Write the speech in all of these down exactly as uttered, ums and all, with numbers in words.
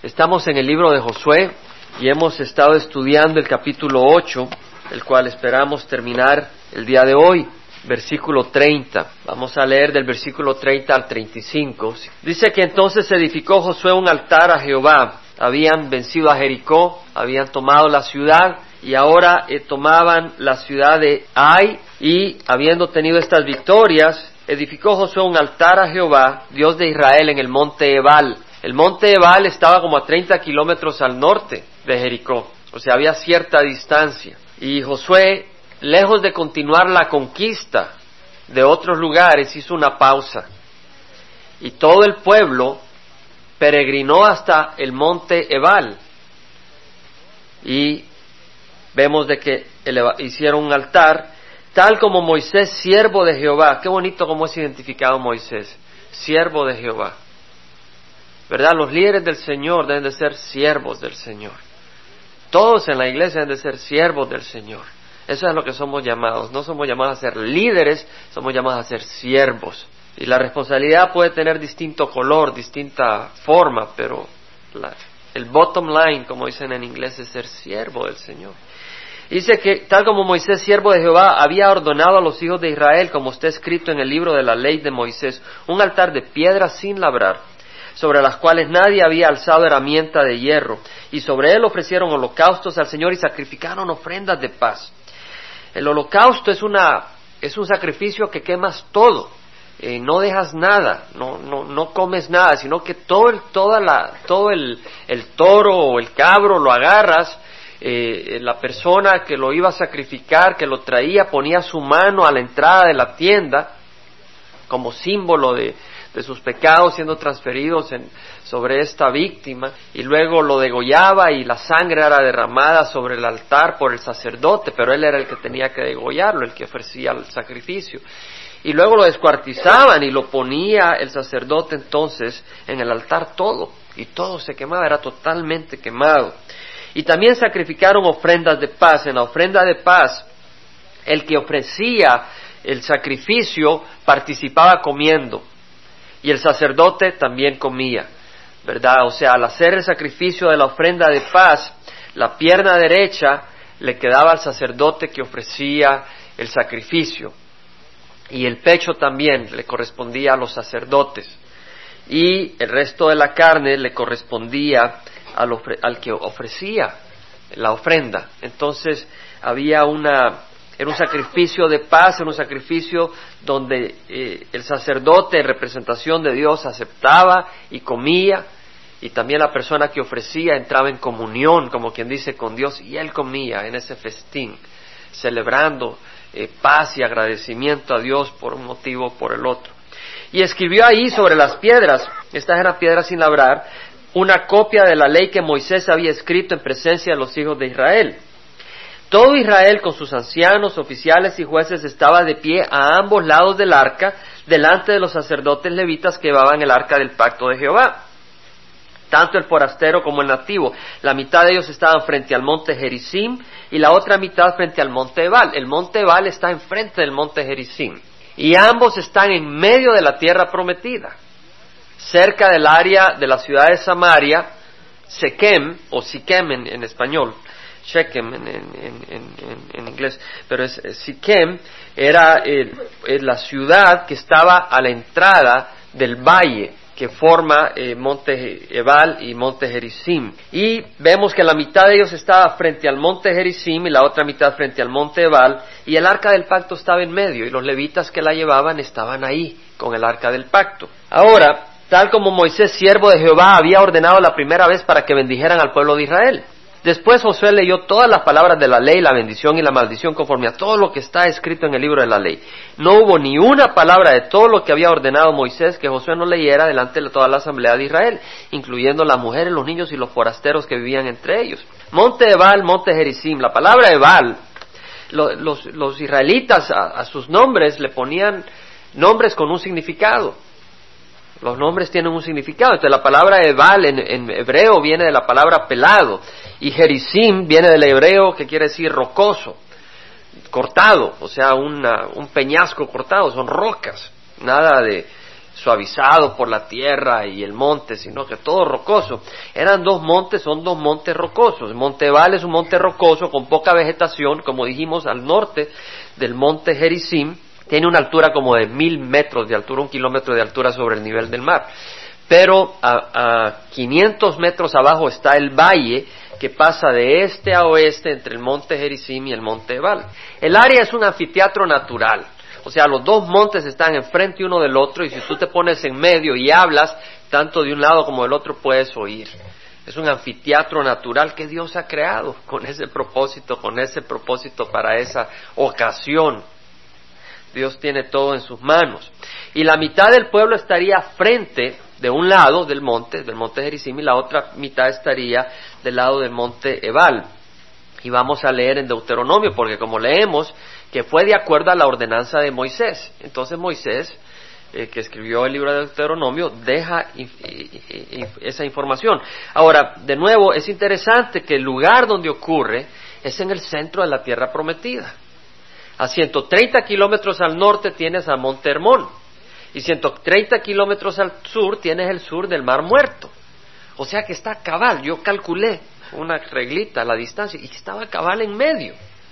Estamos en el libro de Josué y hemos estado estudiando el capítulo ocho, el cual esperamos terminar el día de hoy, versículo treinta. Vamos a leer del versículo treinta al treinta y cinco. Dice que entonces edificó Josué un altar a Jehová. Habían vencido a Jericó, habían tomado la ciudad y ahora eh, tomaban la ciudad de Ai, y habiendo tenido estas victorias, edificó Josué un altar a Jehová, Dios de Israel, en el monte Ebal. El monte Ebal estaba como a treinta kilómetros al norte de Jericó, o sea, había cierta distancia. Y Josué, lejos de continuar la conquista de otros lugares, hizo una pausa. Y todo el pueblo peregrinó hasta el monte Ebal. Y vemos de que hicieron un altar, tal como Moisés, siervo de Jehová. Qué bonito cómo es identificado Moisés, siervo de Jehová. ¿Verdad? Los líderes del Señor deben de ser siervos del Señor. Todos en la iglesia deben de ser siervos del Señor. Eso es lo que somos llamados. No somos llamados a ser líderes, somos llamados a ser siervos. Y la responsabilidad puede tener distinto color, distinta forma, pero la, el bottom line, como dicen en inglés, es ser siervo del Señor. Dice que tal como Moisés, siervo de Jehová, había ordenado a los hijos de Israel, como está escrito en el libro de la ley de Moisés, un altar de piedra sin labrar, sobre las cuales nadie había alzado herramienta de hierro, y sobre él ofrecieron holocaustos al Señor y sacrificaron ofrendas de paz. El holocausto es una es un sacrificio que quemas todo, eh, no dejas nada, no no no comes nada, sino que todo el toda la todo el el toro o el cabro lo agarras. Eh, la persona que lo iba a sacrificar, que lo traía, ponía su mano a la entrada de la tienda como símbolo de, de sus pecados siendo transferidos en, sobre esta víctima, y luego lo degollaba y la sangre era derramada sobre el altar por el sacerdote, pero él era el que tenía que degollarlo, el que ofrecía el sacrificio. Y luego lo descuartizaban y lo ponía el sacerdote entonces en el altar todo, y todo se quemaba, era totalmente quemado. Y también sacrificaron ofrendas de paz. En la ofrenda de paz, el que ofrecía el sacrificio participaba comiendo, y el sacerdote también comía, ¿verdad? O sea, al hacer el sacrificio de la ofrenda de paz, la pierna derecha le quedaba al sacerdote que ofrecía el sacrificio, y el pecho también le correspondía a los sacerdotes, y el resto de la carne le correspondía al, ofre- al que ofrecía la ofrenda. Entonces había una, era un sacrificio de paz, era un sacrificio donde eh, el sacerdote en representación de Dios aceptaba y comía, y también la persona que ofrecía entraba en comunión, como quien dice, con Dios, y él comía en ese festín, celebrando eh, paz y agradecimiento a Dios por un motivo o por el otro. Y escribió ahí sobre las piedras, estas eran piedras sin labrar, una copia de la ley que Moisés había escrito en presencia de los hijos de Israel. Todo Israel, con sus ancianos, oficiales y jueces, estaba de pie a ambos lados del arca, delante de los sacerdotes levitas que llevaban el arca del pacto de Jehová, tanto el forastero como el nativo. La mitad de ellos estaban frente al monte Gerizim y la otra mitad frente al monte Ebal. El monte Ebal está enfrente del monte Gerizim, y ambos están en medio de la tierra prometida, cerca del área de la ciudad de Samaria, Sequem, o Siquem en, en español, Shechem en, en, en, en, en inglés, pero es, es Siquem, era eh, eh, la ciudad que estaba a la entrada del valle que forma eh, monte Ebal y monte Gerizim. Y vemos que la mitad de ellos estaba frente al monte Gerizim y la otra mitad frente al monte Ebal, y el arca del pacto estaba en medio, y los levitas que la llevaban estaban ahí con el arca del pacto. Ahora, tal como Moisés, siervo de Jehová, había ordenado la primera vez para que bendijeran al pueblo de Israel. Después Josué leyó todas las palabras de la ley, la bendición y la maldición conforme a todo lo que está escrito en el libro de la ley. No hubo ni una palabra de todo lo que había ordenado Moisés que Josué no leyera delante de toda la asamblea de Israel, incluyendo las mujeres, los niños y los forasteros que vivían entre ellos. Monte Ebal, monte Gerizim. La palabra Ebal, lo, los, los israelitas a, a sus nombres le ponían nombres con un significado. Los nombres tienen un significado. Entonces la palabra Ebal en, en hebreo viene de la palabra pelado, y Gerizim viene del hebreo que quiere decir rocoso, cortado, o sea una, un peñasco cortado, son rocas, nada de, suavizado por la tierra y el monte, sino que todo rocoso. Eran dos montes, son dos montes rocosos. Monte Ebal es un monte rocoso con poca vegetación, como dijimos, al norte del monte Gerizim. Tiene una altura como de mil metros de altura, un kilómetro de altura sobre el nivel del mar. Pero a, a quinientos metros abajo está el valle que pasa de este a oeste entre el monte Gerizim y el monte Ebal. El área es un anfiteatro natural. O sea, los dos montes están enfrente uno del otro y si tú te pones en medio y hablas, tanto de un lado como del otro puedes oír. Es un anfiteatro natural que Dios ha creado con ese propósito, con ese propósito para esa ocasión. Dios tiene todo en sus manos. Y la mitad del pueblo estaría frente de un lado del monte, del monte Gerizim, y la otra mitad estaría del lado del monte Ebal. Y vamos a leer en Deuteronomio, porque como leemos, que fue de acuerdo a la ordenanza de Moisés. Entonces Moisés, eh, que escribió el libro de Deuteronomio, deja inf- inf- esa información. Ahora, de nuevo, es interesante que el lugar donde ocurre es en el centro de la tierra prometida. A ciento treinta kilómetros al norte tienes a Monte Hermón, y ciento treinta kilómetros al sur tienes el sur del Mar Muerto. O sea que está cabal, yo calculé una reglita la distancia, y estaba cabal en medio.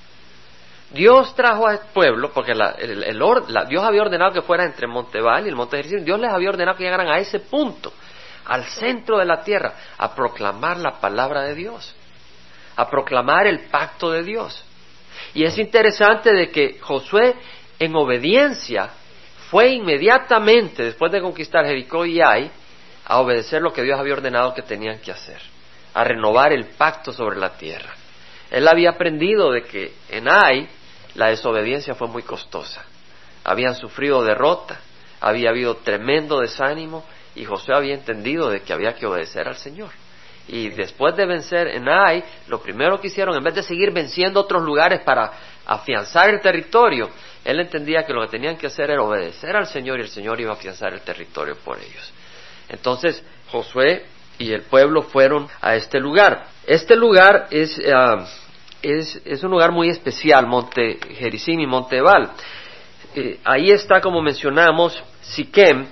Dios trajo al pueblo, porque la, el, el or, la, Dios había ordenado que fuera entre Monte Ebal y el Monte Gerizim. Dios les había ordenado que llegaran a ese punto, al centro de la tierra, a proclamar la palabra de Dios, a proclamar el pacto de Dios. Y es interesante de que Josué, en obediencia, fue inmediatamente, después de conquistar Jericó y Ai, a obedecer lo que Dios había ordenado que tenían que hacer, a renovar el pacto sobre la tierra. Él había aprendido de que en Ai la desobediencia fue muy costosa. Habían sufrido derrota, había habido tremendo desánimo, y Josué había entendido de que había que obedecer al Señor. Y después de vencer en Ai, lo primero que hicieron, en vez de seguir venciendo otros lugares para afianzar el territorio, él entendía que lo que tenían que hacer era obedecer al Señor, y el Señor iba a afianzar el territorio por ellos. Entonces Josué y el pueblo fueron a este lugar. Este lugar es, uh, es, es un lugar muy especial, Monte Gerizim y Monte Ebal. Eh, ahí está, como mencionamos, Siquem,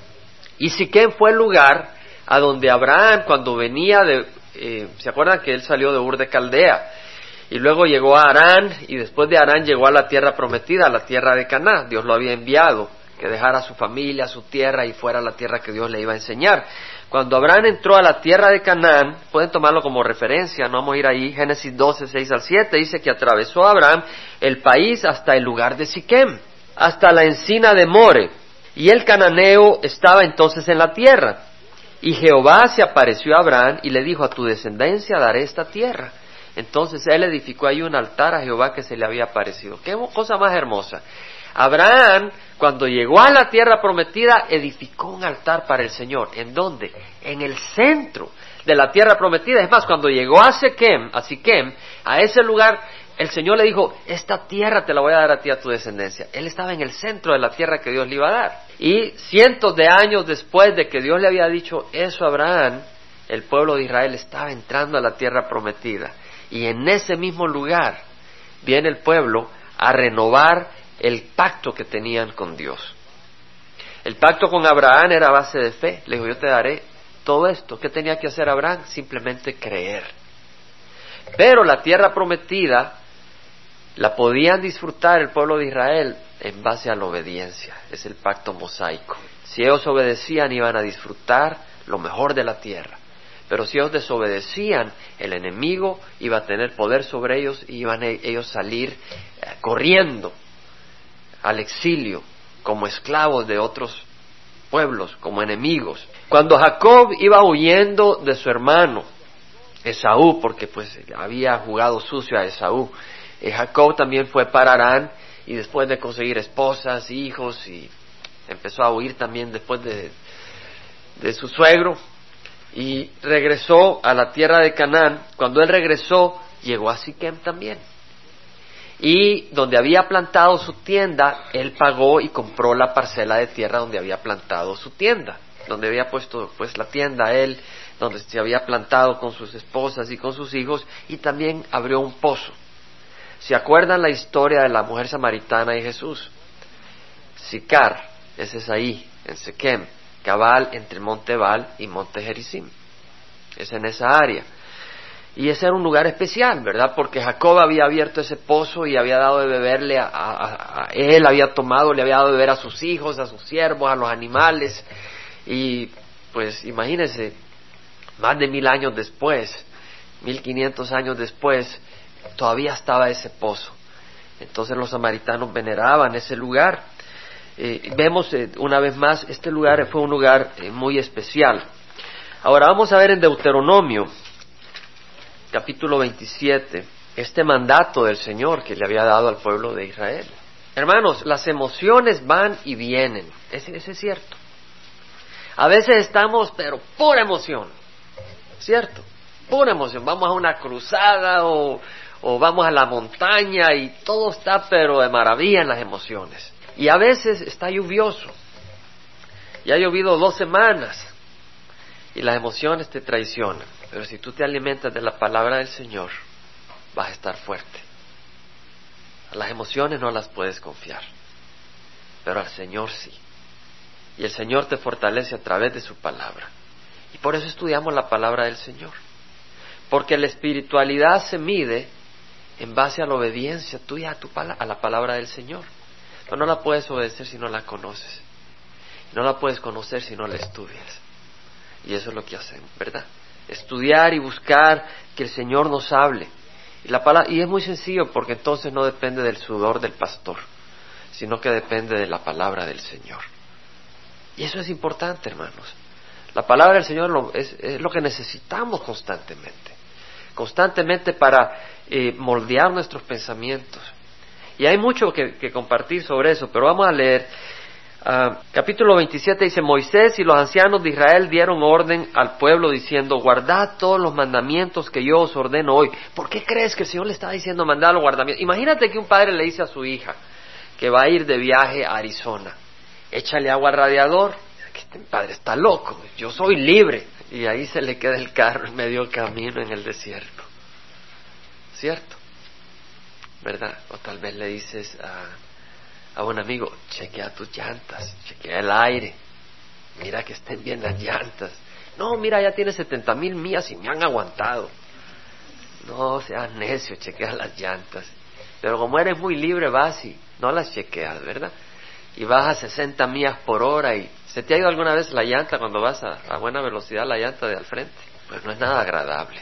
y Siquem fue el lugar a donde Abraham, cuando venía de, eh, ¿se acuerdan que él salió de Ur de Caldea? Y luego llegó a Harán, y después de Harán llegó a la tierra prometida, a la tierra de Canaán. Dios lo había enviado, que dejara a su familia, su tierra, y fuera a la tierra que Dios le iba a enseñar. Cuando Abraham entró a la tierra de Canaán, pueden tomarlo como referencia, no vamos a ir ahí, Génesis doce, seis al siete, dice que atravesó Abraham el país hasta el lugar de Siquem, hasta la encina de More, y el cananeo estaba entonces en la tierra. Y Jehová se apareció a Abraham y le dijo: a tu descendencia daré esta tierra. Entonces él edificó ahí un altar a Jehová que se le había aparecido. Qué cosa más hermosa. Abraham, cuando llegó a la tierra prometida, edificó un altar para el Señor. ¿En dónde? En el centro de la tierra prometida. Es más, cuando llegó a Siquem, a Siquem, a ese lugar, el Señor le dijo: esta tierra te la voy a dar a ti, a tu descendencia. Él estaba en el centro de la tierra que Dios le iba a dar. Y cientos de años después de que Dios le había dicho eso a Abraham, el pueblo de Israel estaba entrando a la tierra prometida. Y en ese mismo lugar viene el pueblo a renovar el pacto que tenían con Dios. El pacto con Abraham era a base de fe. Le dijo: yo te daré todo esto. ¿Qué tenía que hacer Abraham? Simplemente creer. Pero la tierra prometida la podían disfrutar el pueblo de Israel en base a la obediencia. Es el pacto mosaico. Si ellos obedecían, iban a disfrutar lo mejor de la tierra. Pero si ellos desobedecían, el enemigo iba a tener poder sobre ellos y iban a ellos salir eh, corriendo al exilio como esclavos de otros pueblos, como enemigos. Cuando Jacob iba huyendo de su hermano Esaú, porque pues había jugado sucio a Esaú, eh, Jacob también fue para Harán, y después de conseguir esposas, hijos, y empezó a huir también después de, de su suegro, y regresó a la tierra de Canaán. Cuando él regresó, llegó a Siquem también, y donde había plantado su tienda, él pagó y compró la parcela de tierra donde había plantado su tienda, donde había puesto pues la tienda él, donde se había plantado con sus esposas y con sus hijos, y también abrió un pozo. ¿Se acuerdan la historia de la mujer samaritana y Jesús? Sicar, Ese es ahí, en Siquem, cabal entre Monte Ebal y Monte Gerizim. Es en esa área. Y ese era un lugar especial, ¿verdad? Porque Jacob había abierto ese pozo y había dado de beberle a, a, a él, había tomado, le había dado de beber a sus hijos, a sus siervos, a los animales. Y pues imagínense, más de mil años después, mil quinientos años después, todavía estaba ese pozo. Entonces los samaritanos veneraban ese lugar. Eh, vemos eh, una vez más, este lugar fue un lugar eh, muy especial. Ahora vamos a ver en Deuteronomio, capítulo veintisiete, este mandato del Señor que le había dado al pueblo de Israel. Hermanos, las emociones van y vienen, ese, ese es cierto. A veces estamos, pero pura emoción, ¿cierto? Pura emoción. Vamos a una cruzada o, o vamos a la montaña y todo está, pero de maravilla en las emociones. Y a veces está lluvioso. Y ha llovido dos semanas y las emociones te traicionan. Pero si tú te alimentas de la palabra del Señor, vas a estar fuerte. A las emociones no las puedes confiar, pero al Señor sí. Y el Señor te fortalece a través de su palabra. Y por eso estudiamos la palabra del Señor. Porque la espiritualidad se mide en base a la obediencia tuya a, tu pala- a la palabra del Señor. Pero no la puedes obedecer si no la conoces. No la puedes conocer si no la estudias. Y eso es lo que hacemos, ¿verdad? Estudiar y buscar que el Señor nos hable. Y, la palabra, y es muy sencillo porque entonces no depende del sudor del pastor, sino que depende de la palabra del Señor. Y eso es importante, hermanos. La palabra del Señor lo, es, es lo que necesitamos constantemente. Constantemente para eh, moldear nuestros pensamientos. Y hay mucho que, que compartir sobre eso, pero vamos a leer. Uh, capítulo veintisiete dice: Moisés y los ancianos de Israel dieron orden al pueblo diciendo: guardad todos los mandamientos que yo os ordeno hoy. ¿Por qué crees que el Señor le está diciendo mandar los mandamientos? Imagínate que un padre le dice a su hija que va a ir de viaje a Arizona: échale agua al radiador. Este padre está loco, yo soy libre. Y ahí se le queda el carro en medio camino en el desierto, ¿cierto? ¿Verdad? O tal vez le dices a, a un amigo: chequea tus llantas, chequea el aire, mira que estén bien las llantas. No, mira, ya tiene setenta mil millas y me han aguantado. No seas necio, chequea las llantas. Pero como eres muy libre, vas y no las chequeas, ¿verdad? Y vas a sesenta millas por hora. Y ¿se te ha ido alguna vez la llanta cuando vas a, a buena velocidad, la llanta de al frente? Pues no es nada agradable.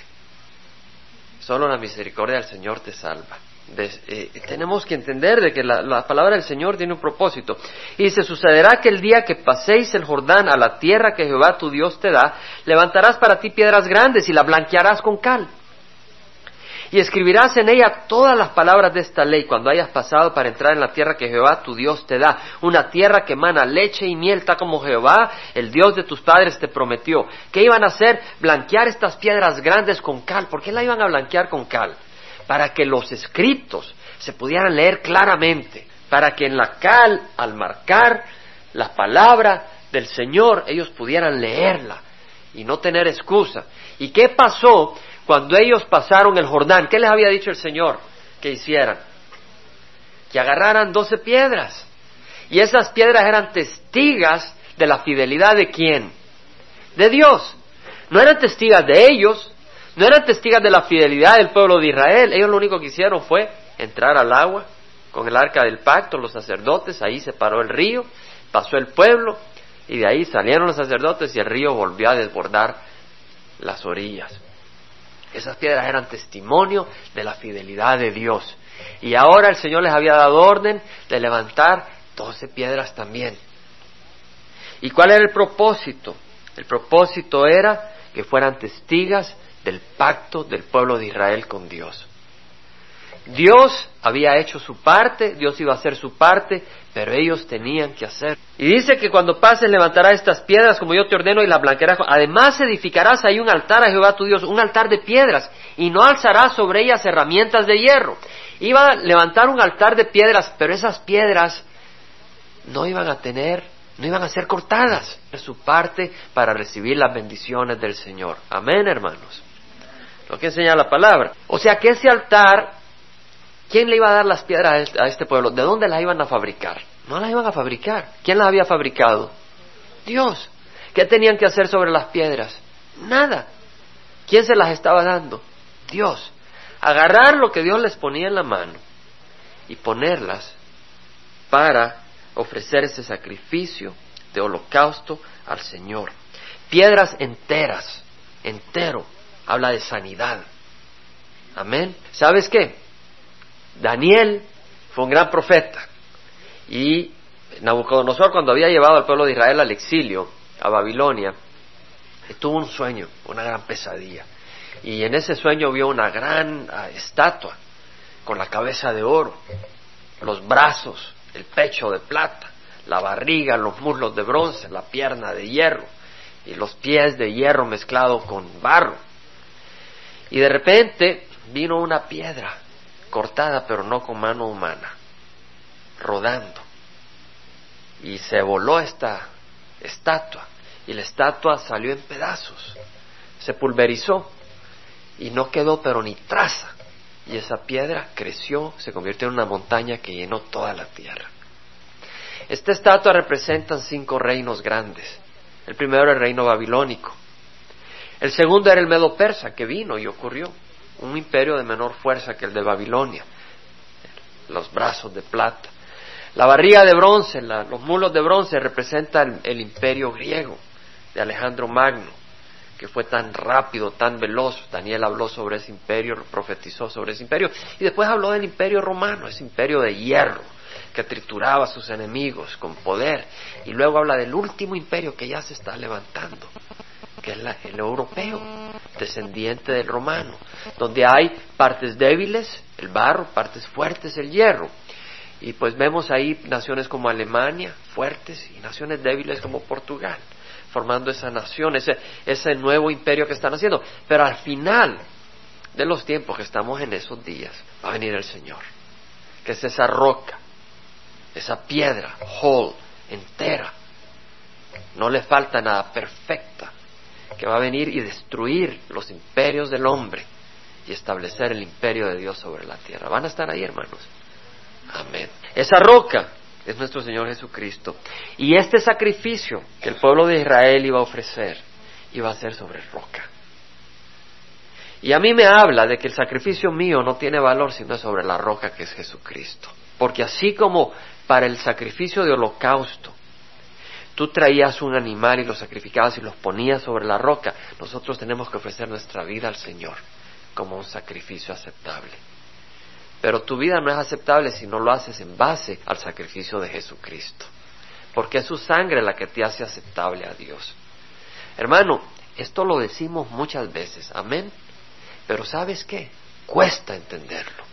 Solo la misericordia del Señor te salva. De, eh, tenemos que entender de que la, la palabra del Señor tiene un propósito. Y se sucederá que el día que paséis el Jordán a la tierra que Jehová tu Dios te da, levantarás para ti piedras grandes y las blanquearás con cal. Y escribirás en ella todas las palabras de esta ley cuando hayas pasado para entrar en la tierra que Jehová tu Dios te da, una tierra que emana leche y miel, tal como Jehová, el Dios de tus padres, te prometió. ¿Qué iban a hacer? Blanquear estas piedras grandes con cal. ¿Por qué la iban a blanquear con cal? Para que los escritos se pudieran leer claramente, para que en la cal, al marcar la palabra del Señor, ellos pudieran leerla y no tener excusa. ¿Y qué pasó cuando ellos pasaron el Jordán? ¿Qué les había dicho el Señor que hicieran? Que agarraran doce piedras. Y esas piedras eran testigas de la fidelidad de ¿quién? De Dios. No eran testigas de ellos, no eran testigas de la fidelidad del pueblo de Israel. Ellos lo único que hicieron fue entrar al agua con el arca del pacto, los sacerdotes, ahí se paró el río, pasó el pueblo, y de ahí salieron los sacerdotes y el río volvió a desbordar las orillas. Esas piedras eran testimonio de la fidelidad de Dios. Y ahora el Señor les había dado orden de levantar doce piedras también. ¿Y cuál era el propósito? El propósito era que fueran testigas del pacto del pueblo de Israel con Dios. Dios había hecho su parte, Dios iba a hacer su parte, pero ellos tenían que hacer. Y dice que cuando pases levantarás estas piedras como yo te ordeno y las blanquearás. Además edificarás ahí un altar a Jehová tu Dios, un altar de piedras, y no alzarás sobre ellas herramientas de hierro. Iba a levantar un altar de piedras, pero esas piedras no iban a tener, no iban a ser cortadas. Es su parte para recibir las bendiciones del Señor. Amén, hermanos. Lo que enseña la palabra. O sea que ese altar, ¿quién le iba a dar las piedras a este pueblo? ¿De dónde las iban a fabricar? No las iban a fabricar. ¿Quién las había fabricado? Dios. ¿Qué tenían que hacer sobre las piedras? Nada. ¿Quién se las estaba dando? Dios. Agarrar lo que Dios les ponía en la mano y ponerlas para ofrecer ese sacrificio de holocausto al Señor. Piedras enteras, entero, habla de sanidad. Amén. ¿Sabes qué? Daniel fue un gran profeta y Nabucodonosor, cuando había llevado al pueblo de Israel al exilio a Babilonia, tuvo un sueño, una gran pesadilla, y en ese sueño vio una gran uh, estatua con la cabeza de oro, los brazos, el pecho de plata, la barriga, los muslos de bronce, la pierna de hierro y los pies de hierro mezclado con barro. Y de repente vino una piedra cortada, pero no con mano humana, rodando, y se voló esta estatua, y la estatua salió en pedazos, se pulverizó y no quedó pero ni traza, y esa piedra creció, se convirtió en una montaña que llenó toda la tierra. Esta estatua representa cinco reinos grandes. El primero era el reino babilónico, el segundo era el medo persa, que vino y ocurrió, un imperio de menor fuerza que el de Babilonia, los brazos de plata. La barriga de bronce, la, los mulos de bronce representan el, el imperio griego de Alejandro Magno, que fue tan rápido, tan veloz. Daniel habló sobre ese imperio, profetizó sobre ese imperio, y después habló del imperio romano, ese imperio de hierro que trituraba a sus enemigos con poder, y luego habla del último imperio que ya se está levantando, que es la, el europeo, descendiente del romano, donde hay partes débiles, el barro, partes fuertes, el hierro. Y pues vemos ahí naciones como Alemania, fuertes, y naciones débiles como Portugal, formando esa nación, ese, ese nuevo imperio que están haciendo. Pero al final de los tiempos, que estamos en esos días, va a venir el Señor, que es esa roca, esa piedra, whole, entera, no le falta nada, perfecta, que va a venir y destruir los imperios del hombre y establecer el imperio de Dios sobre la tierra. Van a estar ahí, hermanos. Amén. Esa roca es nuestro Señor Jesucristo. Y este sacrificio que el pueblo de Israel iba a ofrecer, iba a ser sobre roca. Y a mí me habla de que el sacrificio mío no tiene valor sino sobre la roca que es Jesucristo. Porque así como para el sacrificio de holocausto, tú traías un animal y lo sacrificabas y los ponías sobre la roca, nosotros tenemos que ofrecer nuestra vida al Señor como un sacrificio aceptable. Pero tu vida no es aceptable si no lo haces en base al sacrificio de Jesucristo, porque es su sangre la que te hace aceptable a Dios. Hermano, esto lo decimos muchas veces, amén, pero ¿sabes qué? Cuesta entenderlo.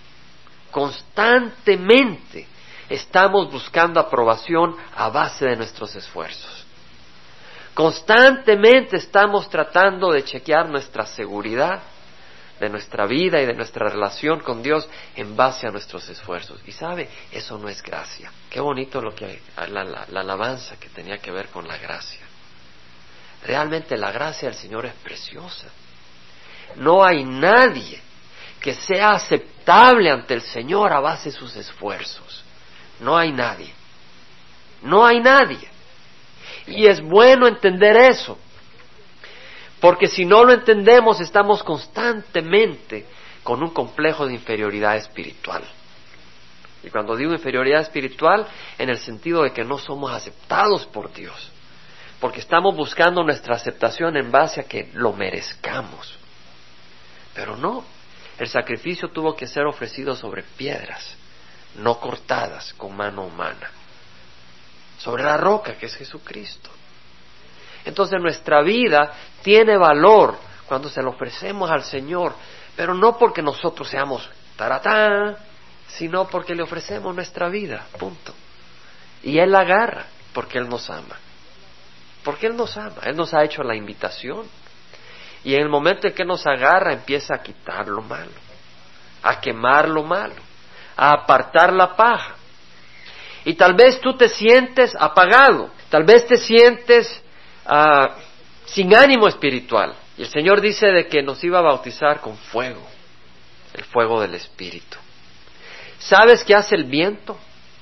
Constantemente estamos buscando aprobación a base de nuestros esfuerzos. Constantemente estamos tratando de chequear nuestra seguridad de nuestra vida y de nuestra relación con Dios en base a nuestros esfuerzos. Y sabe, eso no es gracia. Qué bonito lo que la, la, la alabanza que tenía que ver con la gracia. Realmente la gracia del Señor es preciosa. No hay nadie que sea aceptable ante el Señor a base de sus esfuerzos. No hay nadie. No hay nadie. Y es bueno entender eso. Porque si no lo entendemos, estamos constantemente con un complejo de inferioridad espiritual. Y cuando digo inferioridad espiritual, en el sentido de que no somos aceptados por Dios. Porque estamos buscando nuestra aceptación en base a que lo merezcamos. Pero no, el sacrificio tuvo que ser ofrecido sobre piedras, no cortadas con mano humana. Sobre la roca que es Jesucristo. Entonces nuestra vida tiene valor cuando se lo ofrecemos al Señor, pero no porque nosotros seamos taratá, sino porque le ofrecemos nuestra vida, punto. Y Él la agarra porque Él nos ama. Porque Él nos ama, Él nos ha hecho la invitación. Y en el momento en que nos agarra, empieza a quitar lo malo, a quemar lo malo, a apartar la paja. Y tal vez tú te sientes apagado, tal vez te sientes Uh, sin ánimo espiritual, y el Señor dice de que nos iba a bautizar con fuego, el fuego del Espíritu. ¿Sabes qué hace el viento?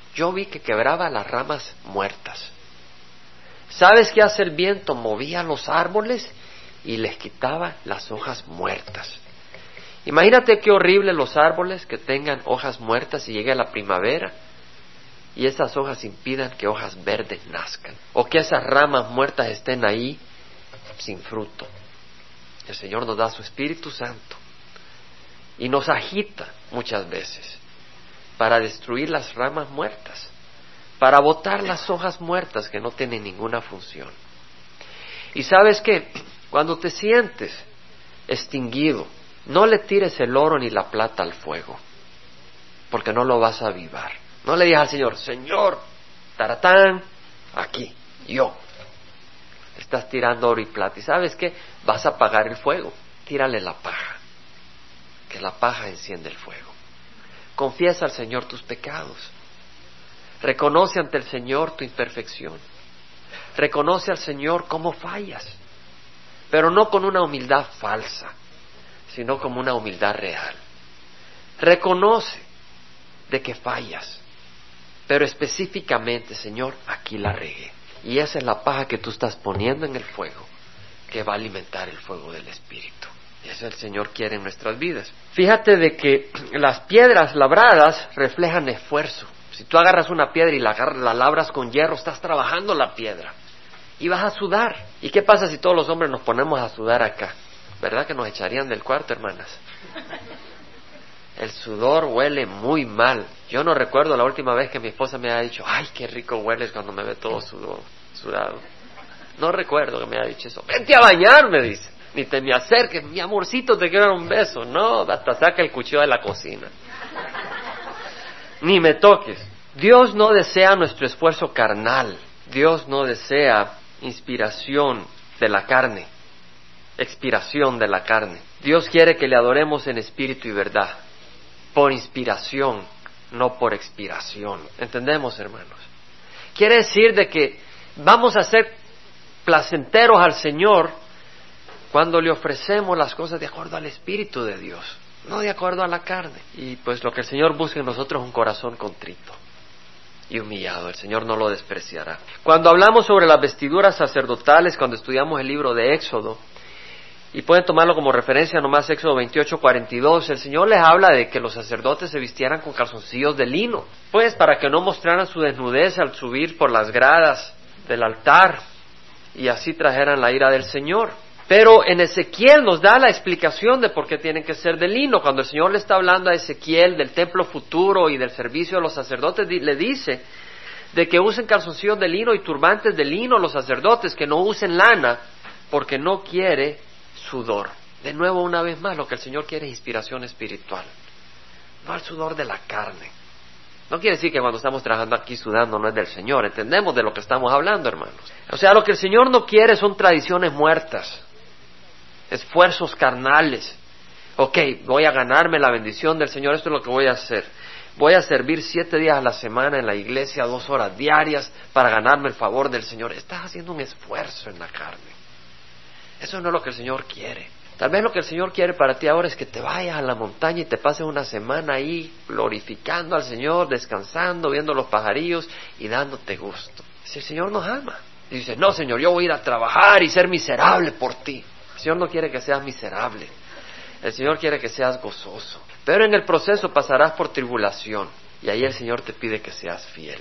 yo vi que quebraba las ramas muertas. ¿Sabes qué hace el viento? Movía los árboles y les quitaba las hojas muertas. Imagínate qué horrible los árboles que tengan hojas muertas y llegue la primavera y esas hojas impidan que hojas verdes nazcan, o que esas ramas muertas estén ahí sin fruto. El Señor nos da su Espíritu Santo y nos agita muchas veces para destruir las ramas muertas, para botar las hojas muertas que no tienen ninguna función. Y ¿sabes qué? Cuando te sientes extinguido, no le tires el oro ni la plata al fuego, porque no lo vas a avivar. No le digas al Señor, Señor, taratán, aquí, yo. Estás tirando oro y plata. ¿Y sabes qué? Vas a apagar el fuego. Tírale la paja, que la paja enciende el fuego. Confiesa al Señor tus pecados. Reconoce ante el Señor tu imperfección. Reconoce al Señor cómo fallas, pero no con una humildad falsa, sino como una humildad real. Reconoce de que fallas, pero específicamente, Señor, aquí la regué. Y esa es la paja que tú estás poniendo en el fuego, que va a alimentar el fuego del Espíritu. Y eso el Señor quiere en nuestras vidas. Fíjate de que las piedras labradas reflejan esfuerzo. Si tú agarras una piedra y la, la labras con hierro, estás trabajando la piedra y vas a sudar. ¿Y qué pasa si todos los hombres nos ponemos a sudar acá? ¿Verdad que nos echarían del cuarto, hermanas? El sudor huele muy mal. Yo no recuerdo la última vez que mi esposa me haya dicho, ay, qué rico hueles cuando me ve todo sudor, sudado. No recuerdo que me haya dicho eso. Vente a bañar, me dice. Ni te me acerques, mi amorcito, te quiero dar un beso. No, hasta saca el cuchillo de la cocina. Ni me toques. Dios no desea nuestro esfuerzo carnal. Dios no desea inspiración de la carne, expiración de la carne. Dios quiere que le adoremos en espíritu y verdad, por inspiración, no por expiración. ¿Entendemos, hermanos? Quiere decir de que vamos a ser placenteros al Señor cuando le ofrecemos las cosas de acuerdo al Espíritu de Dios, no de acuerdo a la carne. Y pues lo que el Señor busca en nosotros es un corazón contrito y humillado. El Señor no lo despreciará. Cuando hablamos sobre las vestiduras sacerdotales, cuando estudiamos el libro de Éxodo, y pueden tomarlo como referencia nomás Éxodo veintiocho, cuarenta y dos, el Señor les habla de que los sacerdotes se vistieran con calzoncillos de lino, pues para que no mostraran su desnudez al subir por las gradas del altar y así trajeran la ira del Señor. Pero en Ezequiel nos da la explicación de por qué tienen que ser de lino. Cuando el Señor le está hablando a Ezequiel del templo futuro y del servicio de los sacerdotes, le dice de que usen calzoncillos de lino y turbantes de lino los sacerdotes, que no usen lana, porque no quiere sudor. De nuevo, una vez más, lo que el Señor quiere es inspiración espiritual, no el sudor de la carne. No quiere decir que cuando estamos trabajando aquí sudando no es del Señor. Entendemos de lo que estamos hablando, hermanos. O sea, lo que el Señor no quiere son tradiciones muertas, esfuerzos carnales. Ok, voy a ganarme la bendición del Señor, esto es lo que voy a hacer. Voy a servir siete días a la semana en la iglesia, dos horas diarias, para ganarme el favor del Señor. Estás haciendo un esfuerzo en la carne. Eso no es lo que el Señor quiere. Tal vez lo que el Señor quiere para ti ahora es que te vayas a la montaña y te pases una semana ahí glorificando al Señor, descansando, viendo los pajarillos y dándote gusto. Si el Señor nos ama. Y dice, no, Señor, yo voy a ir a trabajar y ser miserable por ti. El Señor no quiere que seas miserable. El Señor quiere que seas gozoso. Pero en el proceso pasarás por tribulación. Y ahí el Señor te pide que seas fiel.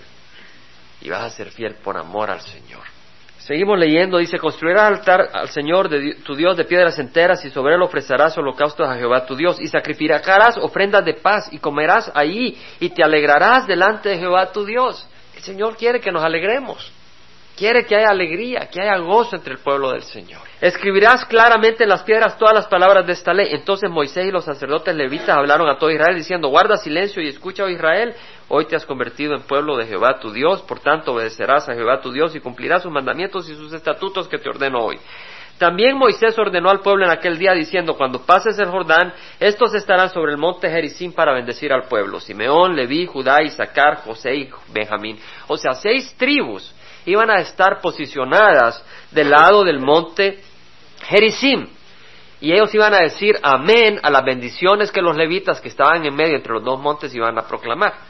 Y vas a ser fiel por amor al Señor. Seguimos leyendo, dice, construirás altar al Señor de tu Dios de piedras enteras y sobre él ofrecerás holocaustos a Jehová tu Dios y sacrificarás ofrendas de paz y comerás ahí y te alegrarás delante de Jehová tu Dios. El Señor quiere que nos alegremos. Quiere que haya alegría, que haya gozo entre el pueblo del Señor. Escribirás claramente en las piedras todas las palabras de esta ley. Entonces Moisés y los sacerdotes levitas hablaron a todo Israel diciendo, guarda silencio y escucha, oh Israel, hoy te has convertido en pueblo de Jehová tu Dios, por tanto obedecerás a Jehová tu Dios y cumplirás sus mandamientos y sus estatutos que te ordeno hoy. También Moisés ordenó al pueblo en aquel día diciendo, cuando pases el Jordán, estos estarán sobre el monte Gerizim para bendecir al pueblo. Simeón, Leví, Judá, Isaacar, José y Benjamín. O sea, seis tribus iban a estar posicionadas del lado del monte Gerizim. Y ellos iban a decir amén a las bendiciones que los levitas que estaban en medio entre los dos montes iban a proclamar.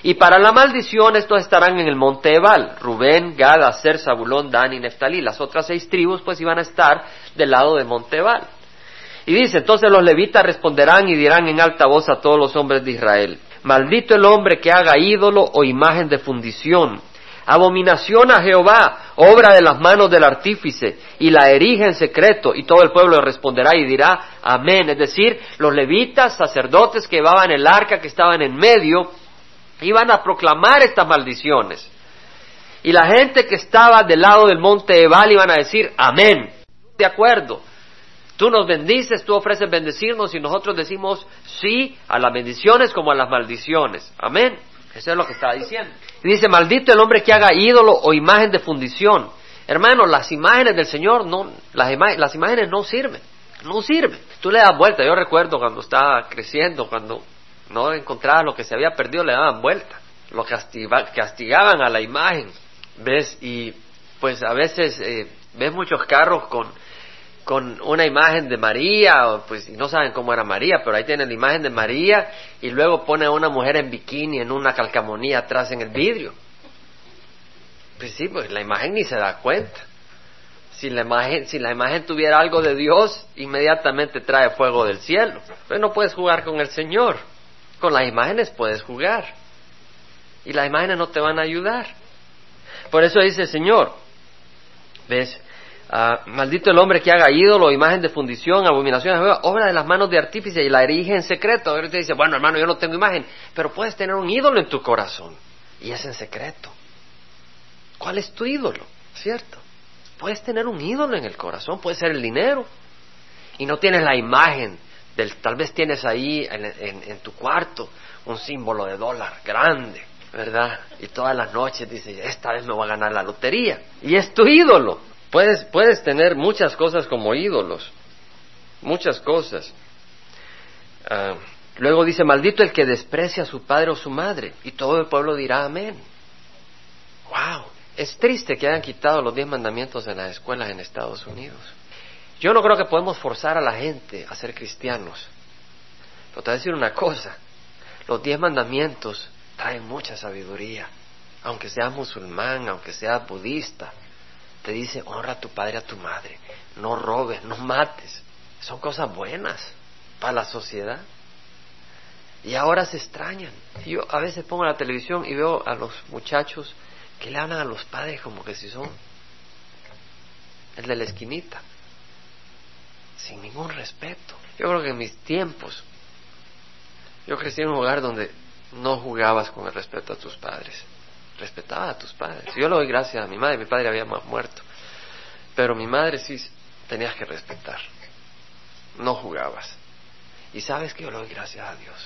Y para la maldición estos estarán en el monte Ebal, Rubén, Gad, Aser, Zabulón, Dan y Neftalí. Las otras seis tribus pues iban a estar del lado de monte Ebal. Y dice, entonces los levitas responderán y dirán en alta voz a todos los hombres de Israel: maldito el hombre que haga ídolo o imagen de fundición, abominación a Jehová, obra de las manos del artífice, y la erige en secreto. Y todo el pueblo responderá y dirá amén. Es decir, los levitas, sacerdotes que llevaban el arca, que estaban en medio, iban a proclamar estas maldiciones. Y la gente que estaba del lado del monte Ebal iban a decir amén. De acuerdo. Tú nos bendices, tú ofreces bendecirnos y nosotros decimos sí a las bendiciones como a las maldiciones. Amén. Eso es lo que está diciendo. Y dice, maldito el hombre que haga ídolo o imagen de fundición. Hermanos, las imágenes del Señor, no, las, ima- las imágenes no sirven. No sirven. Tú le das vuelta. Yo recuerdo cuando estaba creciendo, cuando no encontraba lo que se había perdido, le daban vuelta. Lo castiga- castigaban a la imagen. ¿Ves? Y pues a veces eh, ves muchos carros con... con una imagen de María, pues y no saben cómo era María, pero ahí tienen la imagen de María y luego pone a una mujer en bikini en una calcamonía atrás en el vidrio. Pues sí, pues la imagen ni se da cuenta. Si la imagen, si la imagen tuviera algo de Dios, inmediatamente trae fuego del cielo. Pero no puedes jugar con el Señor. Con las imágenes puedes jugar. Y las imágenes no te van a ayudar. Por eso dice el Señor, ¿ves? Uh, maldito el hombre que haga ídolo, imagen de fundición, abominación a Jehová, obra de las manos de artífice y la erige en secreto. Ahora te dice, bueno hermano, yo no tengo imagen, pero puedes tener un ídolo en tu corazón y es en secreto. ¿Cuál es tu ídolo? ¿Cierto? Puedes tener un ídolo en el corazón, puede ser el dinero y no tienes la imagen del, tal vez tienes ahí en, en, en tu cuarto un símbolo de dólar grande, ¿verdad? Y todas las noches dices, esta vez me voy a ganar la lotería y es tu ídolo. Puedes, puedes tener muchas cosas como ídolos, muchas cosas. Uh, luego dice, maldito el que desprecia a su padre o su madre, y todo el pueblo dirá amén. Wow, es triste que hayan quitado los diez mandamientos en las escuelas en Estados Unidos. Yo no creo que podemos forzar a la gente a ser cristianos. Pero te voy a decir una cosa, los diez mandamientos traen mucha sabiduría, aunque seas musulmán, aunque seas budista. Te dice, honra a tu padre y a tu madre, no robes, no mates. Son cosas buenas para la sociedad. Y ahora se extrañan. Yo a veces pongo la televisión y veo a los muchachos que le hablan a los padres como que si son el de la esquinita, sin ningún respeto. Yo creo que en mis tiempos, yo crecí en un hogar donde no jugabas con el respeto a tus padres. Respetaba a tus padres. Yo le doy gracias a mi madre, mi padre había muerto, pero mi madre sí tenías que respetar, no jugabas. Y sabes que yo le doy gracias a Dios.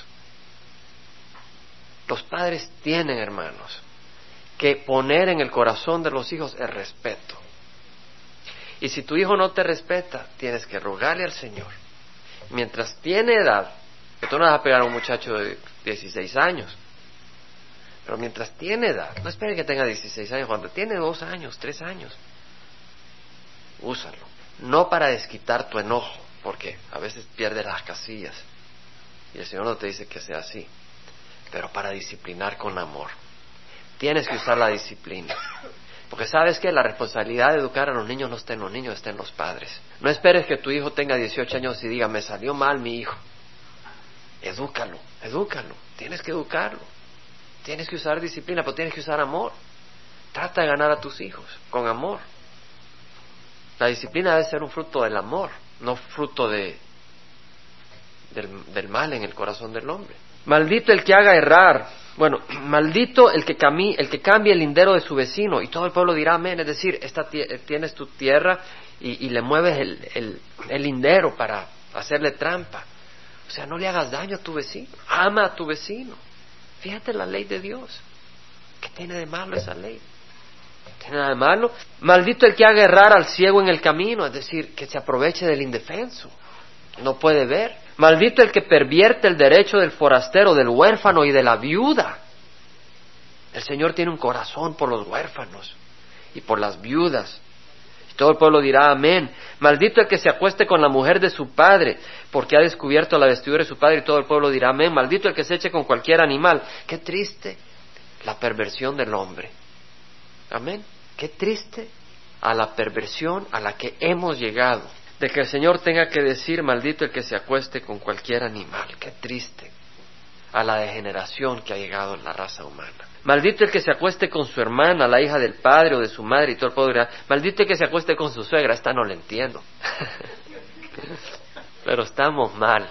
Los padres tienen, hermanos, que poner en el corazón de los hijos el respeto. Y si tu hijo no te respeta, tienes que rogarle al Señor. Mientras tiene edad, que tú no vas a pegar a un muchacho de dieciséis años, pero mientras tiene edad, no espere que tenga dieciséis años, cuando tiene dos años, tres años, úsalo. No para desquitar tu enojo, porque a veces pierdes las casillas y el Señor no te dice que sea así, pero para disciplinar con amor. Tienes que usar la disciplina, porque sabes que la responsabilidad de educar a los niños no está en los niños, está en los padres. No esperes que tu hijo tenga dieciocho años y diga, me salió mal mi hijo. Edúcalo, edúcalo, tienes que educarlo. Tienes que usar disciplina, pero tienes que usar amor. Trata de ganar a tus hijos con amor. La disciplina debe ser un fruto del amor, no fruto de del, del mal en el corazón del hombre. Maldito el que haga errar. Bueno, maldito el que cami, el que cambie el lindero de su vecino. Y todo el pueblo dirá amén. Es decir, esta tienes tu tierra y, y le mueves el, el, el lindero para hacerle trampa. O sea, no le hagas daño a tu vecino. Ama a tu vecino. Fíjate la ley de Dios. ¿Qué tiene de malo esa ley? ¿Tiene nada de malo? Maldito el que haga errar al ciego en el camino, es decir, que se aproveche del indefenso. No puede ver. Maldito el que pervierte el derecho del forastero, del huérfano y de la viuda. El Señor tiene un corazón por los huérfanos y por las viudas. Y todo el pueblo dirá amén. Maldito el que se acueste con la mujer de su padre, porque ha descubierto la vestidura de su padre, y todo el pueblo dirá amén. Maldito el que se eche con cualquier animal. Qué triste la perversión del hombre. Amén. Qué triste a la perversión a la que hemos llegado, de que el Señor tenga que decir, maldito el que se acueste con cualquier animal. Qué triste a la degeneración que ha llegado en la raza humana. Maldito el que se acueste con su hermana, la hija del padre o de su madre, y todo el pueblo dirá, maldito el que se acueste con su suegra. Esta no la entiendo. Pero estamos mal.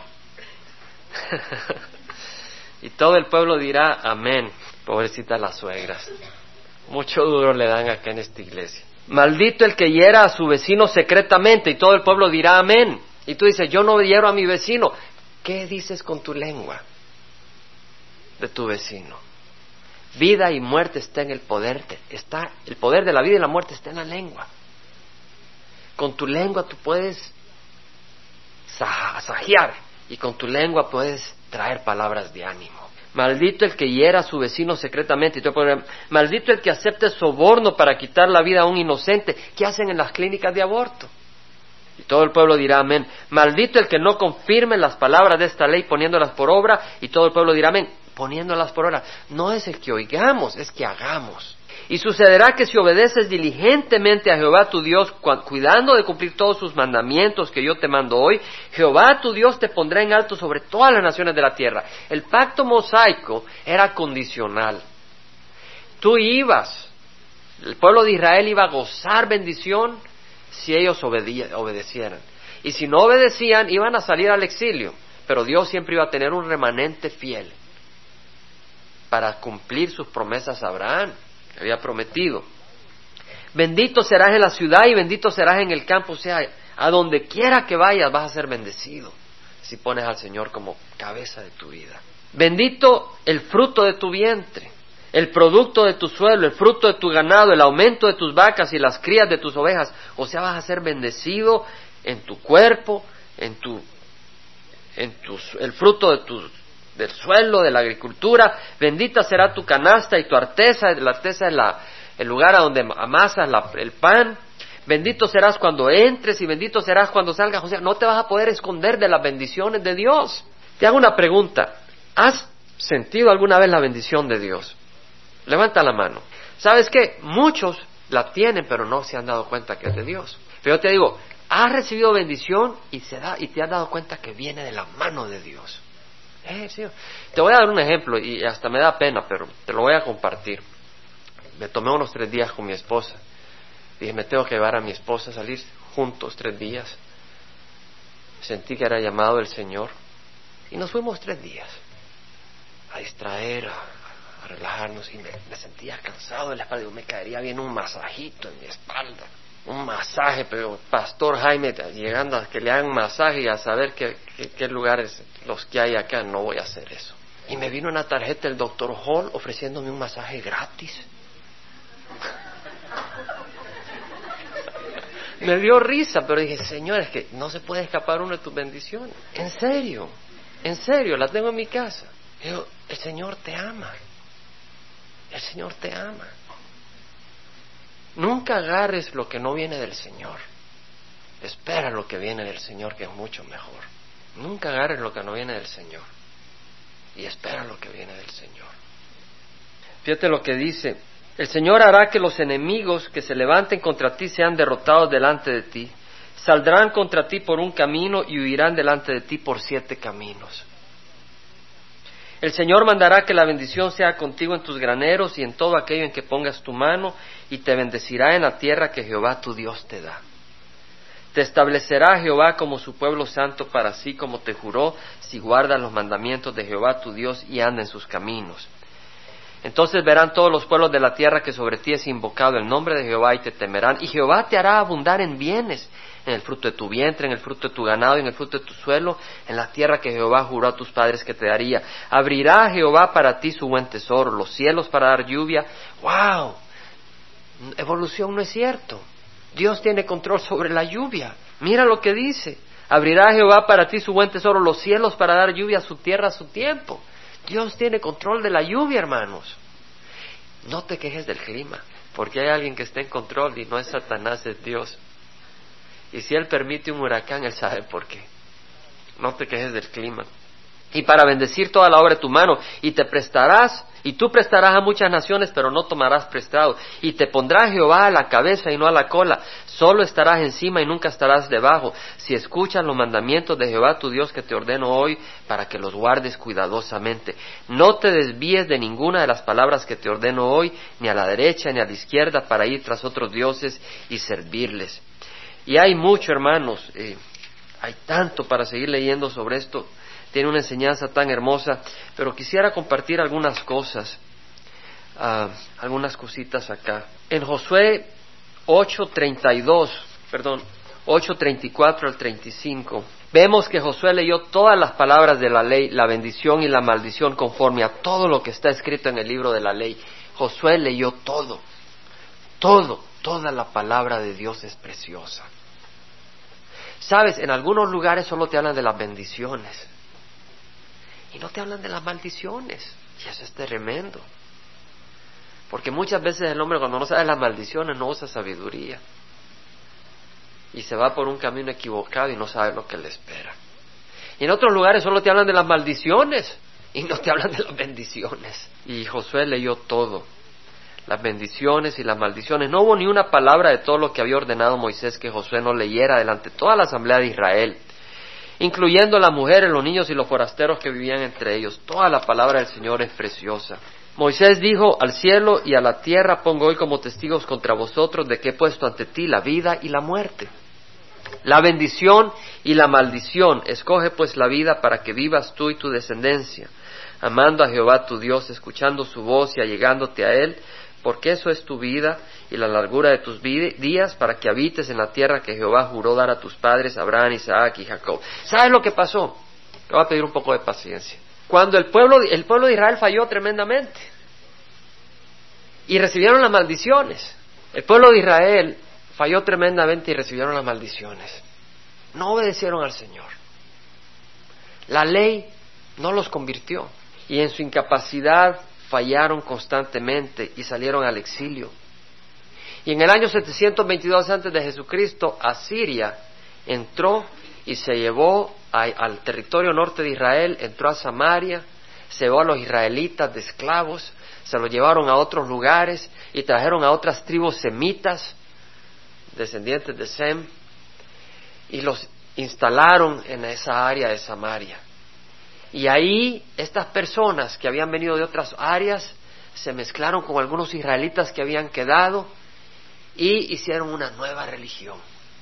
Y todo el pueblo dirá, amén. Pobrecitas las suegras. Mucho duro le dan acá en esta iglesia. Maldito el que hiera a su vecino secretamente, y todo el pueblo dirá, amén. Y tú dices, yo no hiero a mi vecino. ¿Qué dices con tu lengua de tu vecino? Vida y muerte está en el poder. Está, el poder de la vida y la muerte está en la lengua. Con tu lengua tú puedes sagiar, y con tu lengua puedes traer palabras de ánimo. Maldito el que hiera a su vecino secretamente. Y tú puedes, maldito el que acepte soborno para quitar la vida a un inocente. ¿Qué hacen en las clínicas de aborto? Y todo el pueblo dirá amén. Maldito el que no confirme las palabras de esta ley poniéndolas por obra. Y todo el pueblo dirá amén. Poniéndolas por obra. No es el que oigamos, es que hagamos. Y sucederá que si obedeces diligentemente a Jehová tu Dios, cuidando de cumplir todos sus mandamientos que yo te mando hoy, Jehová tu Dios te pondrá en alto sobre todas las naciones de la tierra. El pacto mosaico era condicional. Tú ibas, el pueblo de Israel iba a gozar bendición si ellos obedecieran. Y si no obedecían, iban a salir al exilio. Pero Dios siempre iba a tener un remanente fiel para cumplir sus promesas a Abraham. Había prometido. Bendito serás en la ciudad y bendito serás en el campo. O sea, a donde quiera que vayas vas a ser bendecido si pones al Señor como cabeza de tu vida. Bendito el fruto de tu vientre, el producto de tu suelo, el fruto de tu ganado, el aumento de tus vacas y las crías de tus ovejas. O sea, vas a ser bendecido en tu cuerpo, en tu, en tu, el fruto de tus del suelo, de la agricultura. Bendita será tu canasta y tu arteza. La arteza es la, el lugar a donde amasas la, el pan. Bendito serás cuando entres y bendito serás cuando salgas. O sea, no te vas a poder esconder de las bendiciones de Dios. Te hago una pregunta. ¿Has sentido alguna vez la bendición de Dios? Levanta la mano. ¿Sabes qué? Muchos la tienen, pero no se han dado cuenta que es de Dios. Pero yo te digo, has recibido bendición y, se da, y te has dado cuenta que viene de la mano de Dios. Eh, sí. Te voy a dar un ejemplo y hasta me da pena, pero te lo voy a compartir. Me tomé unos tres días con mi esposa. Dije, me tengo que llevar a mi esposa a salir juntos tres días. Sentí que era llamado del Señor y nos fuimos tres días a distraer, a, a relajarnos, y me, me sentía cansado de la espalda. Digo, me caería bien un masajito en mi espalda. Un masaje, pero Pastor Jaime, llegando a que le hagan masaje y a saber qué, qué, qué lugares los que hay acá, no voy a hacer eso. Y me vino una tarjeta del doctor Hall ofreciéndome un masaje gratis. Me dio risa, pero dije, Señor, es que no se puede escapar uno de tus bendiciones. En serio, en serio, la tengo en mi casa. Digo, el Señor te ama. El Señor te ama. Nunca agarres lo que no viene del Señor. Espera lo que viene del Señor, que es mucho mejor. Nunca agarres lo que no viene del Señor. Y espera lo que viene del Señor. Fíjate lo que dice. El Señor hará que los enemigos que se levanten contra ti sean derrotados delante de ti. Saldrán contra ti por un camino y huirán delante de ti por siete caminos. El Señor mandará que la bendición sea contigo en tus graneros y en todo aquello en que pongas tu mano, y te bendecirá en la tierra que Jehová tu Dios te da. Te establecerá Jehová como su pueblo santo para sí, como te juró, si guardas los mandamientos de Jehová tu Dios y anda en sus caminos. Entonces verán todos los pueblos de la tierra que sobre ti es invocado el nombre de Jehová y te temerán, y Jehová te hará abundar en bienes, en el fruto de tu vientre, en el fruto de tu ganado, en el fruto de tu suelo, en la tierra que Jehová juró a tus padres que te daría. Abrirá Jehová para ti su buen tesoro, los cielos para dar lluvia. ¡Wow! Evolución no es cierto. Dios tiene control sobre la lluvia. Mira lo que dice. Abrirá Jehová para ti su buen tesoro, los cielos para dar lluvia a su tierra a su tiempo. Dios tiene control de la lluvia, hermanos. No te quejes del clima, porque hay alguien que está en control y no es Satanás, es Dios. Y si Él permite un huracán, Él sabe por qué. No te quejes del clima. y para bendecir toda la obra de tu mano, y te prestarás, y tú prestarás a muchas naciones, pero no tomarás prestado, y te pondrá Jehová a la cabeza y no a la cola, solo estarás encima y nunca estarás debajo, si escuchas los mandamientos de Jehová tu Dios que te ordeno hoy, para que los guardes cuidadosamente. No te desvíes de ninguna de las palabras que te ordeno hoy, ni a la derecha ni a la izquierda, para ir tras otros dioses y servirles. Y hay mucho, hermanos, eh, hay tanto para seguir leyendo sobre esto. Tiene una enseñanza tan hermosa, pero quisiera compartir algunas cosas, uh, algunas cositas acá. En Josué ocho treinta y dos, perdón, ocho treinta y cuatro al treinta y cinco, vemos que Josué leyó todas las palabras de la ley, la bendición y la maldición conforme a todo lo que está escrito en el libro de la ley. Josué leyó todo, todo, toda la palabra de Dios es preciosa. Sabes, en algunos lugares solo te hablan de las bendiciones y no te hablan de las maldiciones, y eso es tremendo, porque muchas veces el hombre, cuando no sabe las maldiciones, no usa sabiduría y se va por un camino equivocado y no sabe lo que le espera. Y en otros lugares solo te hablan de las maldiciones y no te hablan de las bendiciones. Y Josué leyó todo, las bendiciones y las maldiciones. No hubo ni una palabra de todo lo que había ordenado Moisés que Josué no leyera delante de toda la asamblea de Israel, incluyendo las mujeres, los niños y los forasteros que vivían entre ellos. Toda la palabra del Señor es preciosa. Moisés dijo: al cielo y a la tierra pongo hoy como testigos contra vosotros de que he puesto ante ti la vida y la muerte, la bendición y la maldición. Escoge pues la vida para que vivas tú y tu descendencia, amando a Jehová tu Dios, escuchando su voz y allegándote a Él, porque eso es tu vida y la largura de tus días, para que habites en la tierra que Jehová juró dar a tus padres, Abraham, Isaac y Jacob. ¿Sabes lo que pasó? Te voy a pedir un poco de paciencia. Cuando el pueblo, el pueblo de Israel falló tremendamente y recibieron las maldiciones, el pueblo de Israel falló tremendamente y recibieron las maldiciones. No obedecieron al Señor. La ley no los convirtió y en su incapacidad fallaron constantemente y salieron al exilio. Y en el año setecientos veintidós antes de Jesucristo, Asiria entró y se llevó a, al territorio norte de Israel, entró a Samaria, se llevó a los israelitas de esclavos, se los llevaron a otros lugares y trajeron a otras tribus semitas, descendientes de Sem, y los instalaron en esa área de Samaria. Y ahí estas personas que habían venido de otras áreas se mezclaron con algunos israelitas que habían quedado y hicieron una nueva religión.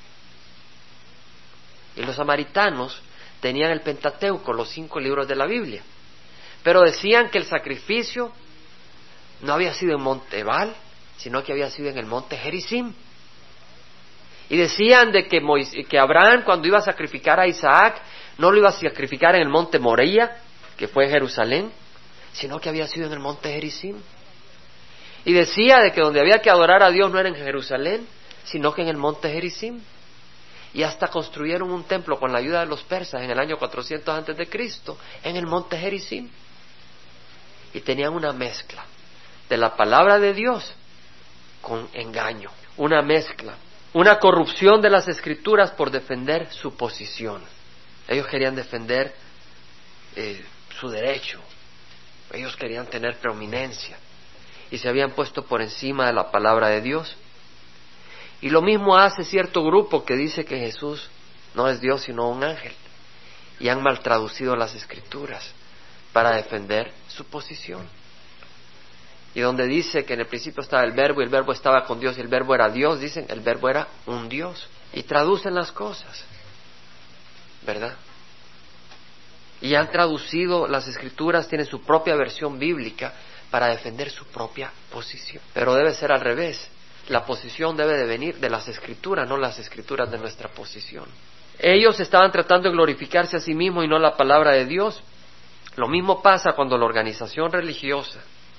Y los samaritanos tenían el Pentateuco, los cinco libros de la Biblia, pero decían que el sacrificio no había sido en Monte Ebal, sino que había sido en el Monte Gerizim. Y decían de que, Moisés, que Abraham, cuando iba a sacrificar a Isaac, no lo iba a sacrificar en el monte Moría, que fue en Jerusalén, sino que había sido en el monte Gerizim. Y decía de que donde había que adorar a Dios no era en Jerusalén, sino que en el monte Gerizim. Y hasta construyeron un templo con la ayuda de los persas en el año cuatrocientos antes de Cristo en el monte Gerizim. Y tenían una mezcla de la palabra de Dios con engaño, una mezcla, una corrupción de las Escrituras por defender su posición. Ellos querían defender eh, su derecho, ellos querían tener preeminencia y se habían puesto por encima de la palabra de Dios. Y lo mismo hace cierto grupo que dice que Jesús no es Dios sino un ángel, y han mal traducido las Escrituras para defender su posición. Y donde dice que en el principio estaba el verbo y el verbo estaba con Dios y el verbo era Dios, dicen el verbo era un Dios, y traducen las cosas, ¿verdad? Y han traducido las Escrituras, tienen su propia versión bíblica para defender su propia posición. Pero debe ser al revés. La posición debe de venir de las Escrituras, no las Escrituras de nuestra posición. Ellos estaban tratando de glorificarse a sí mismos y no la palabra de Dios. Lo mismo pasa cuando la organización religiosa,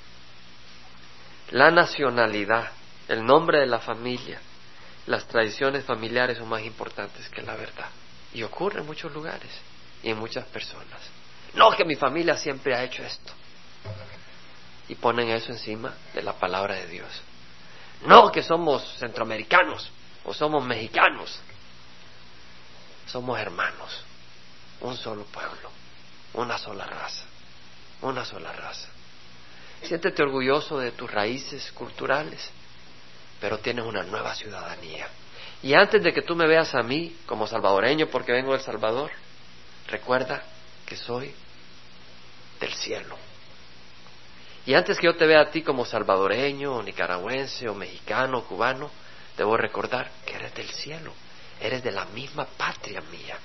la nacionalidad, el nombre de la familia, las tradiciones familiares son más importantes que la verdad. Y ocurre en muchos lugares y en muchas personas. No, que mi familia siempre ha hecho esto. Y ponen eso encima de la palabra de Dios. No, que somos centroamericanos o somos mexicanos. Somos hermanos, un solo pueblo. una sola raza, una sola raza. Siéntete orgulloso de tus raíces culturales, pero tienes una nueva ciudadanía. Y antes de que tú me veas a mí como salvadoreño porque vengo del Salvador, recuerda que soy del cielo. Y antes que yo te vea a ti como salvadoreño, o nicaragüense, o mexicano, o cubano, debo recordar que eres del cielo, eres de la misma patria mía.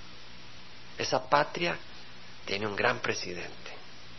Esa patria tiene un gran presidente.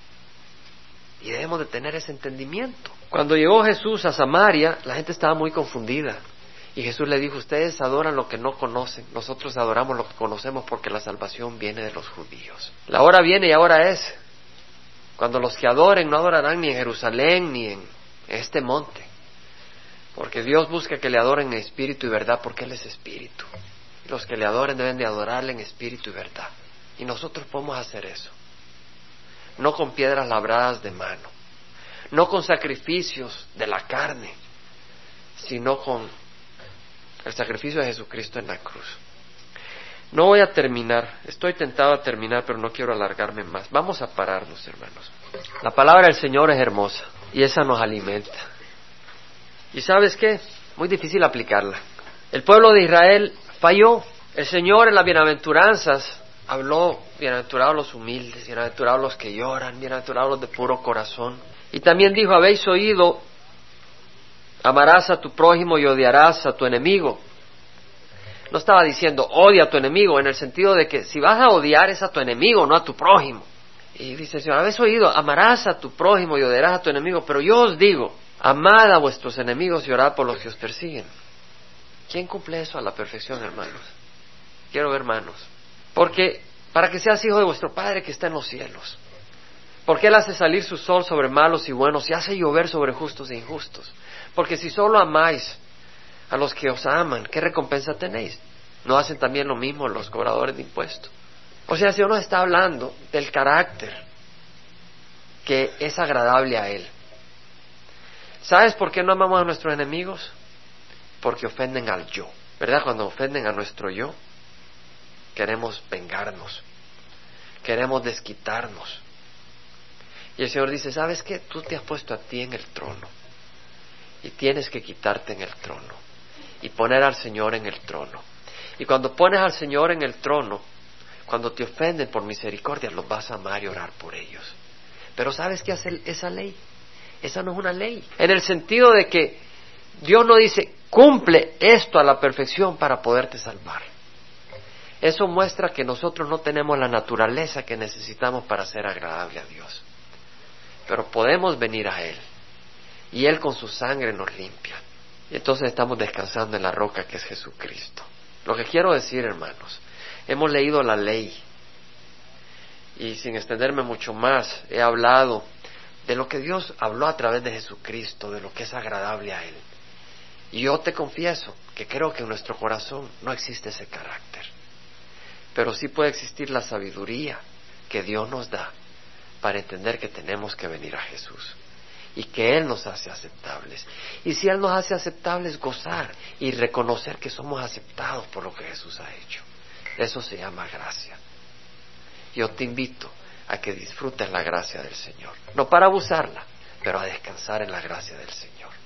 Y debemos de tener ese entendimiento. Cuando llegó Jesús a Samaria, la gente estaba muy confundida. Y Jesús le dijo, ustedes adoran lo que no conocen, nosotros adoramos lo que conocemos porque la salvación viene de los judíos. La hora viene y ahora es, cuando los que adoren no adorarán ni en Jerusalén ni en este monte, porque Dios busca que le adoren en espíritu y verdad, porque Él es espíritu. Y los que le adoren deben de adorarle en espíritu y verdad. Y nosotros podemos hacer eso. No con piedras labradas de mano, no con sacrificios de la carne, sino con el sacrificio de Jesucristo en la cruz. No voy a terminar, estoy tentado a terminar, pero no quiero alargarme más. Vamos a pararnos, hermanos. La palabra del Señor es hermosa y esa nos alimenta. ¿Y sabes qué? Muy difícil aplicarla. El pueblo de Israel falló. El Señor en las bienaventuranzas habló, bienaventurados los humildes, bienaventurados los que lloran, bienaventurados los de puro corazón. Y también dijo, habéis oído, amarás a tu prójimo y odiarás a tu enemigo. No estaba diciendo odia a tu enemigo, en el sentido de que si vas a odiar es a tu enemigo, no a tu prójimo. Y dice, Señor, habéis oído, amarás a tu prójimo y odiarás a tu enemigo, pero yo os digo, amad a vuestros enemigos y orad por los que os persiguen. ¿Quién cumple eso a la perfección, hermanos? Quiero ver manos. Porque para que seas hijo de vuestro Padre que está en los cielos. Porque Él hace salir su sol sobre malos y buenos y hace llover sobre justos e injustos. Porque si solo amáis a los que os aman, ¿qué recompensa tenéis? ¿No hacen también lo mismo los cobradores de impuestos? O sea, el Señor nos está hablando del carácter que es agradable a Él. ¿Sabes por qué no amamos a nuestros enemigos? Porque ofenden al yo, ¿verdad? Cuando ofenden a nuestro yo, queremos vengarnos, queremos desquitarnos. Y el Señor dice, ¿sabes qué? Tú te has puesto a ti en el trono y tienes que quitarte en el trono y poner al Señor en el trono. Y cuando pones al Señor en el trono, cuando te ofenden por misericordia, los vas a amar y orar por ellos. Pero ¿sabes qué hace esa ley? Esa no es una ley, en el sentido de que Dios no dice, cumple esto a la perfección para poderte salvar. Eso muestra que nosotros no tenemos la naturaleza que necesitamos para ser agradable a Dios. Pero podemos venir a Él, y Él con su sangre nos limpia. Y entonces estamos descansando en la roca que es Jesucristo. Lo que quiero decir, hermanos, hemos leído la ley, y sin extenderme mucho más, he hablado de lo que Dios habló a través de Jesucristo, de lo que es agradable a Él. Y yo te confieso que creo que en nuestro corazón no existe ese carácter. Pero sí puede existir la sabiduría que Dios nos da para entender que tenemos que venir a Jesús y que Él nos hace aceptables. Y si Él nos hace aceptables, gozar y reconocer que somos aceptados por lo que Jesús ha hecho. Eso se llama gracia. Yo te invito a que disfrutes la gracia del Señor, no para abusarla, pero a descansar en la gracia del Señor.